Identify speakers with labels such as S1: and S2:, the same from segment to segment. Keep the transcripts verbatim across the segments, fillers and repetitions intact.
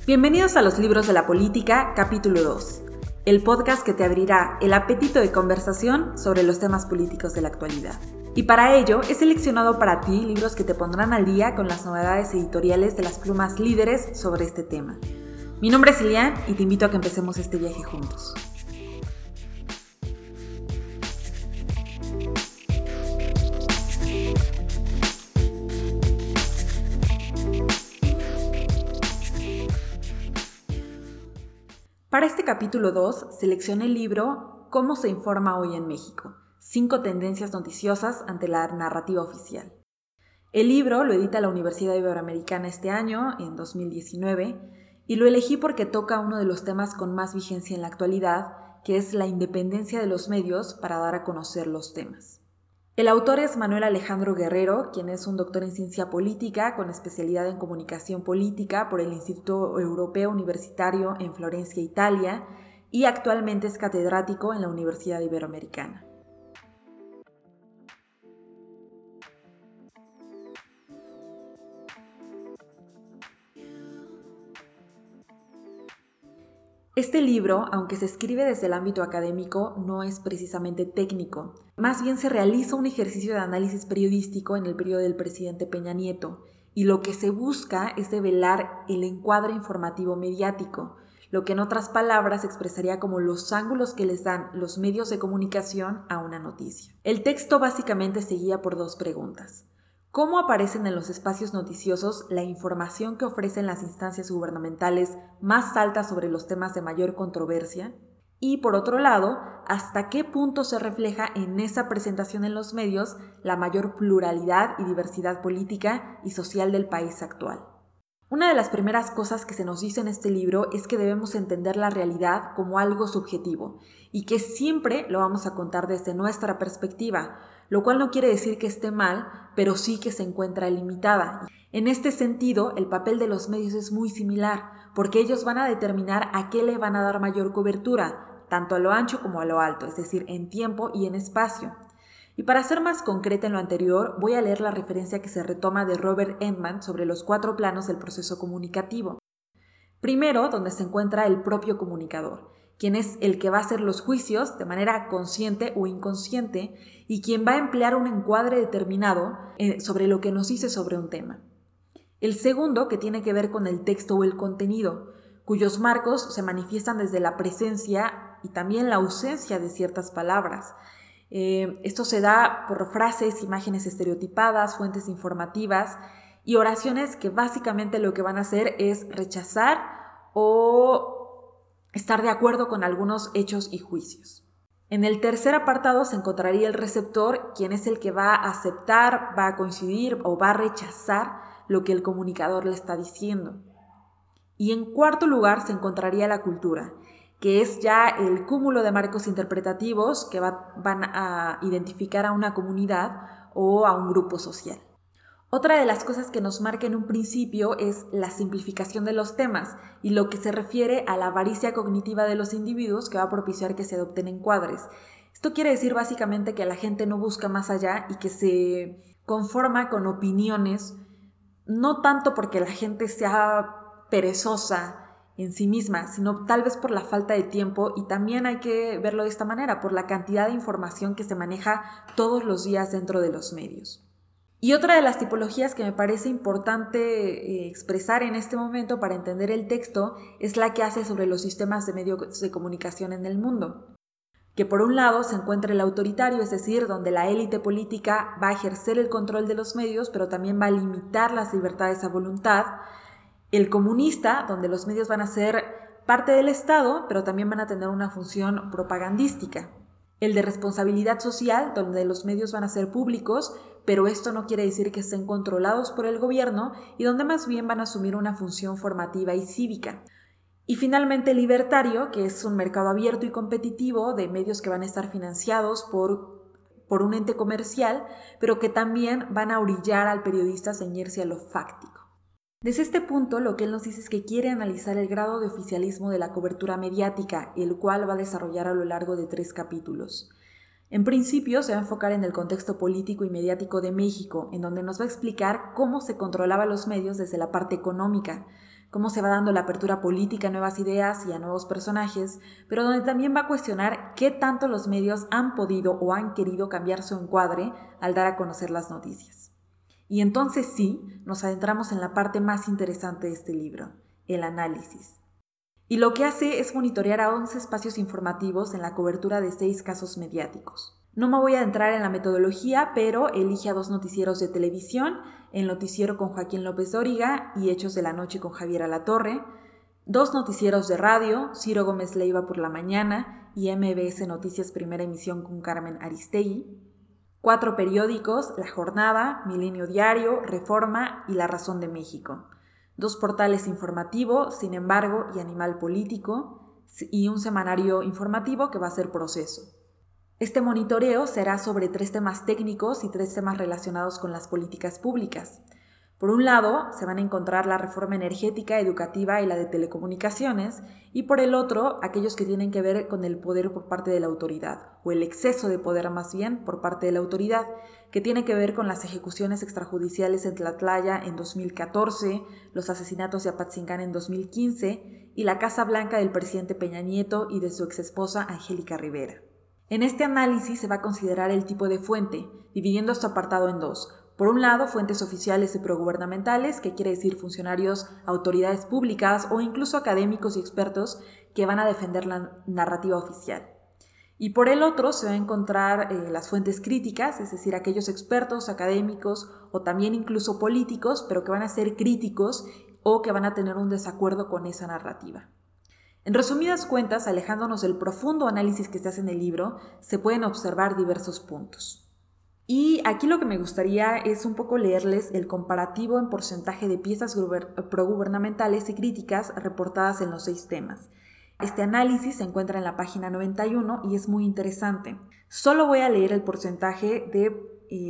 S1: Bienvenidos a Los Libros de la Política, capítulo dos, el podcast que te abrirá el apetito de conversación sobre los temas políticos de la actualidad. Y para ello he seleccionado para ti libros que te pondrán al día con las novedades editoriales de las plumas líderes sobre este tema. Mi nombre es Ilian y te invito a que empecemos este viaje juntos. Para este capítulo dos, seleccioné el libro ¿Cómo se informa hoy en México? Cinco tendencias noticiosas ante la narrativa oficial. El libro lo edita la Universidad Iberoamericana este año, en dos mil diecinueve, y lo elegí porque toca uno de los temas con más vigencia en la actualidad, que es la independencia de los medios para dar a conocer los temas. El autor es Manuel Alejandro Guerrero, quien es un doctor en ciencia política con especialidad en comunicación política por el Instituto Europeo Universitario en Florencia, Italia, y actualmente es catedrático en la Universidad Iberoamericana. Este libro, aunque se escribe desde el ámbito académico, no es precisamente técnico. Más bien se realiza un ejercicio de análisis periodístico en el periodo del presidente Peña Nieto, y lo que se busca es develar el encuadre informativo mediático, lo que en otras palabras se expresaría como los ángulos que les dan los medios de comunicación a una noticia. El texto básicamente se guía por dos preguntas. ¿Cómo aparecen en los espacios noticiosos la información que ofrecen las instancias gubernamentales más altas sobre los temas de mayor controversia? Y por otro lado, ¿hasta qué punto se refleja en esa presentación en los medios la mayor pluralidad y diversidad política y social del país actual? Una de las primeras cosas que se nos dice en este libro es que debemos entender la realidad como algo subjetivo y que siempre lo vamos a contar desde nuestra perspectiva, lo cual no quiere decir que esté mal, pero sí que se encuentra limitada. En este sentido, el papel de los medios es muy similar, porque ellos van a determinar a qué le van a dar mayor cobertura, tanto a lo ancho como a lo alto, es decir, en tiempo y en espacio. Y para ser más concreta en lo anterior, voy a leer la referencia que se retoma de Robert Entman sobre los cuatro planos del proceso comunicativo. Primero, donde se encuentra el propio comunicador, quien es el que va a hacer los juicios de manera consciente o inconsciente y quien va a emplear un encuadre determinado sobre lo que nos dice sobre un tema. El segundo, que tiene que ver con el texto o el contenido, cuyos marcos se manifiestan desde la presencia y también la ausencia de ciertas palabras. Eh, esto se da por frases, imágenes estereotipadas, fuentes informativas y oraciones que básicamente lo que van a hacer es rechazar o estar de acuerdo con algunos hechos y juicios. En el tercer apartado se encontraría el receptor, quien es el que va a aceptar, va a coincidir o va a rechazar lo que el comunicador le está diciendo. Y en cuarto lugar se encontraría la cultura, que es ya el cúmulo de marcos interpretativos que va, van a identificar a una comunidad o a un grupo social. Otra de las cosas que nos marca en un principio es la simplificación de los temas y lo que se refiere a la avaricia cognitiva de los individuos que va a propiciar que se adopten encuadres. Esto quiere decir básicamente que la gente no busca más allá y que se conforma con opiniones, no tanto porque la gente sea perezosa en sí misma, sino tal vez por la falta de tiempo, y también hay que verlo de esta manera, por la cantidad de información que se maneja todos los días dentro de los medios. Y otra de las tipologías que me parece importante eh, expresar en este momento para entender el texto es la que hace sobre los sistemas de medios de comunicación en el mundo. Que por un lado se encuentra el autoritario, es decir, donde la élite política va a ejercer el control de los medios, pero también va a limitar las libertades a voluntad. El comunista, donde los medios van a ser parte del Estado, pero también van a tener una función propagandística. El de responsabilidad social, donde los medios van a ser públicos, pero esto no quiere decir que estén controlados por el gobierno y donde más bien van a asumir una función formativa y cívica. Y finalmente el libertario, que es un mercado abierto y competitivo de medios que van a estar financiados por, por un ente comercial, pero que también van a orillar al periodista a ceñirse a lo fáctico. Desde este punto, lo que él nos dice es que quiere analizar el grado de oficialismo de la cobertura mediática, el cual va a desarrollar a lo largo de tres capítulos. En principio, se va a enfocar en el contexto político y mediático de México, en donde nos va a explicar cómo se controlaba los medios desde la parte económica, cómo se va dando la apertura política a nuevas ideas y a nuevos personajes, pero donde también va a cuestionar qué tanto los medios han podido o han querido cambiar su encuadre al dar a conocer las noticias. Y entonces sí, nos adentramos en la parte más interesante de este libro, el análisis. Y lo que hace es monitorear a once espacios informativos en la cobertura de seis casos mediáticos. No me voy a adentrar en la metodología, pero elige a dos noticieros de televisión, El Noticiero con Joaquín López Dóriga y Hechos de la Noche con Javier Alatorre, dos noticieros de radio, Ciro Gómez Leiva por la mañana y M B S Noticias Primera Emisión con Carmen Aristegui, cuatro periódicos, La Jornada, Milenio Diario, Reforma y La Razón de México, dos portales informativos, Sin embargo y Animal Político, y un semanario informativo que va a ser Proceso. Este monitoreo será sobre tres temas técnicos y tres temas relacionados con las políticas públicas. Por un lado, se van a encontrar la reforma energética, educativa y la de telecomunicaciones, y por el otro, aquellos que tienen que ver con el poder por parte de la autoridad, o el exceso de poder más bien por parte de la autoridad, que tiene que ver con las ejecuciones extrajudiciales en Tlatlaya en dos mil catorce, los asesinatos de Apatzingán en dos mil quince y la Casa Blanca del presidente Peña Nieto y de su exesposa Angélica Rivera. En este análisis se va a considerar el tipo de fuente, dividiendo este apartado en dos. Por un lado, fuentes oficiales y progubernamentales, que quiere decir funcionarios, autoridades públicas o incluso académicos y expertos que van a defender la narrativa oficial. Y por el otro se va a encontrar eh, las fuentes críticas, es decir, aquellos expertos, académicos o también incluso políticos, pero que van a ser críticos o que van a tener un desacuerdo con esa narrativa. En resumidas cuentas, alejándonos del profundo análisis que se hace en el libro, se pueden observar diversos puntos. Y aquí lo que me gustaría es un poco leerles el comparativo en porcentaje de piezas progubernamentales y críticas reportadas en los seis temas. Este análisis se encuentra en la página noventa y uno y es muy interesante. Solo voy a leer el porcentaje de,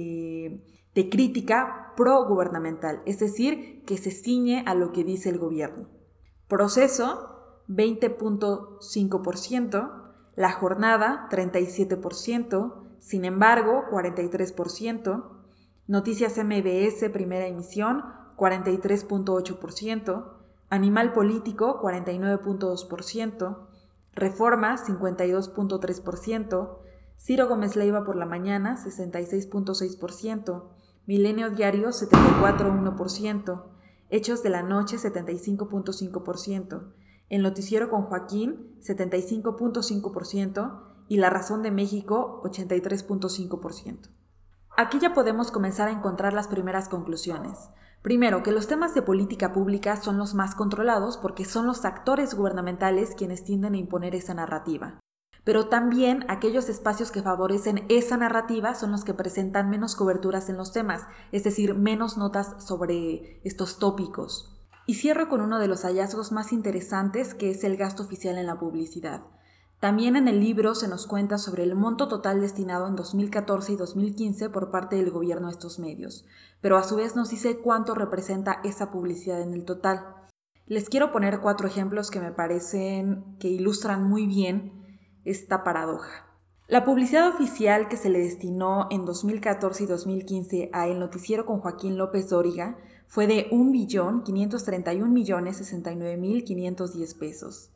S1: eh, de crítica progubernamental, es decir, que se ciñe a lo que dice el gobierno. Proceso, veinte punto cinco por ciento, La Jornada, treinta y siete por ciento, Sin embargo, cuarenta y tres por ciento, Noticias M B S Primera Emisión, cuarenta y tres punto ocho por ciento, Animal Político, cuarenta y nueve punto dos por ciento, Reforma, cincuenta y dos punto tres por ciento, Ciro Gómez Leiva por la mañana, sesenta y seis punto seis por ciento, Milenio Diario, setenta y cuatro punto uno por ciento, Hechos de la Noche, setenta y cinco punto cinco por ciento, El Noticiero con Joaquín, setenta y cinco punto cinco por ciento y La Razón de México, ochenta y tres punto cinco por ciento. Aquí ya podemos comenzar a encontrar las primeras conclusiones. Primero, que los temas de política pública son los más controlados porque son los actores gubernamentales quienes tienden a imponer esa narrativa. Pero también aquellos espacios que favorecen esa narrativa son los que presentan menos coberturas en los temas, es decir, menos notas sobre estos tópicos. Y cierro con uno de los hallazgos más interesantes, que es el gasto oficial en la publicidad. También en el libro se nos cuenta sobre el monto total destinado en dos mil catorce y dos mil quince por parte del gobierno a estos medios, pero a su vez nos dice cuánto representa esa publicidad en el total. Les quiero poner cuatro ejemplos que me parecen que ilustran muy bien esta paradoja. La publicidad oficial que se le destinó en dos mil catorce y dos mil quince a El Noticiero con Joaquín López Dóriga fue de un billón quinientos treinta y un millones sesenta y nueve mil quinientos diez pesos.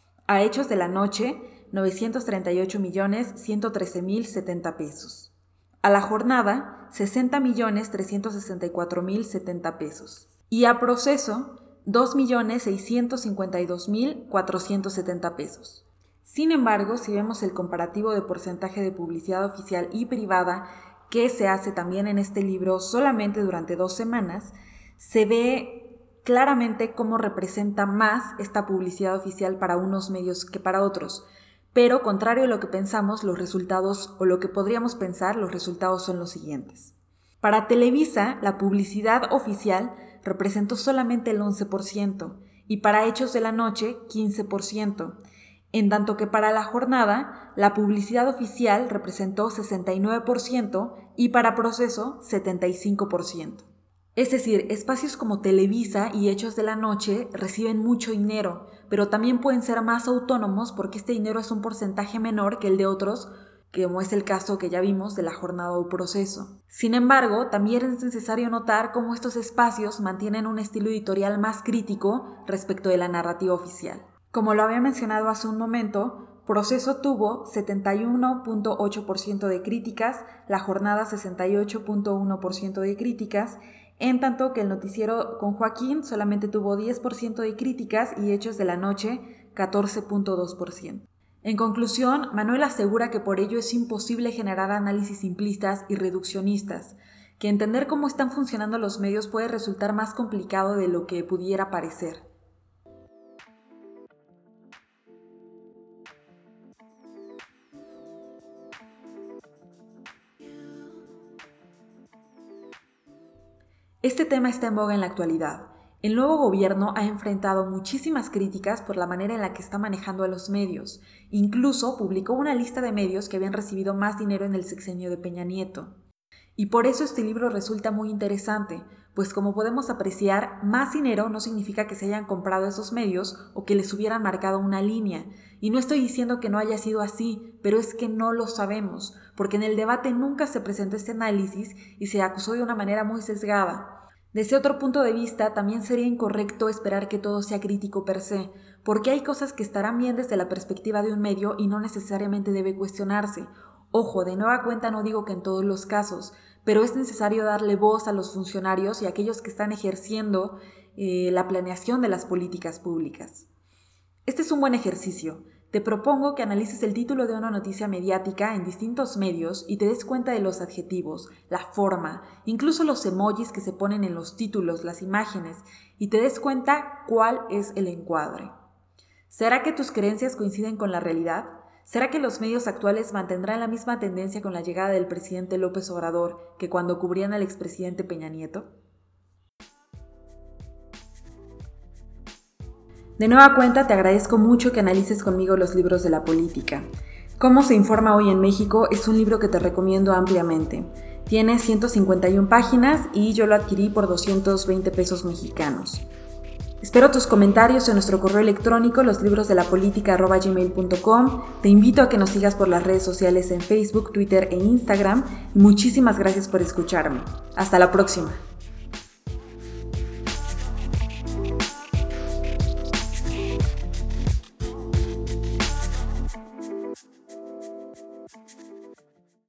S1: A Hechos de la Noche, novecientos treinta y ocho millones ciento trece mil setenta pesos. A La Jornada, sesenta millones trescientos sesenta y cuatro mil setenta pesos. Y a Proceso, dos millones seiscientos cincuenta y dos mil cuatrocientos setenta pesos. Sin embargo, si vemos el comparativo de porcentaje de publicidad oficial y privada que se hace también en este libro solamente durante dos semanas, se ve claramente cómo representa más esta publicidad oficial para unos medios que para otros. Pero, contrario a lo que pensamos, los resultados, o lo que podríamos pensar, los resultados son los siguientes. Para Televisa, la publicidad oficial representó solamente el once por ciento y para Hechos de la Noche, quince por ciento. En tanto que para La Jornada, la publicidad oficial representó sesenta y nueve por ciento y para Proceso, setenta y cinco por ciento. Es decir, espacios como Televisa y Hechos de la Noche reciben mucho dinero, pero también pueden ser más autónomos porque este dinero es un porcentaje menor que el de otros como es el caso que ya vimos de la jornada o proceso. Sin embargo, también es necesario notar cómo estos espacios mantienen un estilo editorial más crítico respecto de la narrativa oficial. Como lo había mencionado hace un momento, Proceso tuvo setenta y uno punto ocho por ciento de críticas, La Jornada sesenta y ocho punto uno por ciento de críticas, en tanto que el noticiero con Joaquín solamente tuvo diez por ciento de críticas y Hechos de la Noche catorce punto dos por ciento. En conclusión, Manuel asegura que por ello es imposible generar análisis simplistas y reduccionistas, que entender cómo están funcionando los medios puede resultar más complicado de lo que pudiera parecer. Este tema está en boga en la actualidad. El nuevo gobierno ha enfrentado muchísimas críticas por la manera en la que está manejando a los medios. Incluso publicó una lista de medios que habían recibido más dinero en el sexenio de Peña Nieto. Y por eso este libro resulta muy interesante, pues como podemos apreciar, más dinero no significa que se hayan comprado esos medios o que les hubieran marcado una línea. Y no estoy diciendo que no haya sido así, pero es que no lo sabemos, porque en el debate nunca se presentó este análisis y se acusó de una manera muy sesgada. Desde otro punto de vista, también sería incorrecto esperar que todo sea crítico per se, porque hay cosas que estarán bien desde la perspectiva de un medio y no necesariamente debe cuestionarse. Ojo, de nueva cuenta no digo que en todos los casos, pero es necesario darle voz a los funcionarios y a aquellos que están ejerciendo eh, la planeación de las políticas públicas. Este es un buen ejercicio. Te propongo que analices el título de una noticia mediática en distintos medios y te des cuenta de los adjetivos, la forma, incluso los emojis que se ponen en los títulos, las imágenes, y te des cuenta cuál es el encuadre. ¿Será que tus creencias coinciden con la realidad? ¿Será que los medios actuales mantendrán la misma tendencia con la llegada del presidente López Obrador que cuando cubrían al expresidente Peña Nieto? De nueva cuenta, te agradezco mucho que analices conmigo los libros de la política. Cómo se informa hoy en México es un libro que te recomiendo ampliamente. Tiene ciento cincuenta y una páginas y yo lo adquirí por doscientos veinte pesos mexicanos. Espero tus comentarios en nuestro correo electrónico loslibrosdelapolítica arroba gmail punto com. Te invito a que nos sigas por las redes sociales en Facebook, Twitter e Instagram. Y muchísimas gracias por escucharme. Hasta la próxima.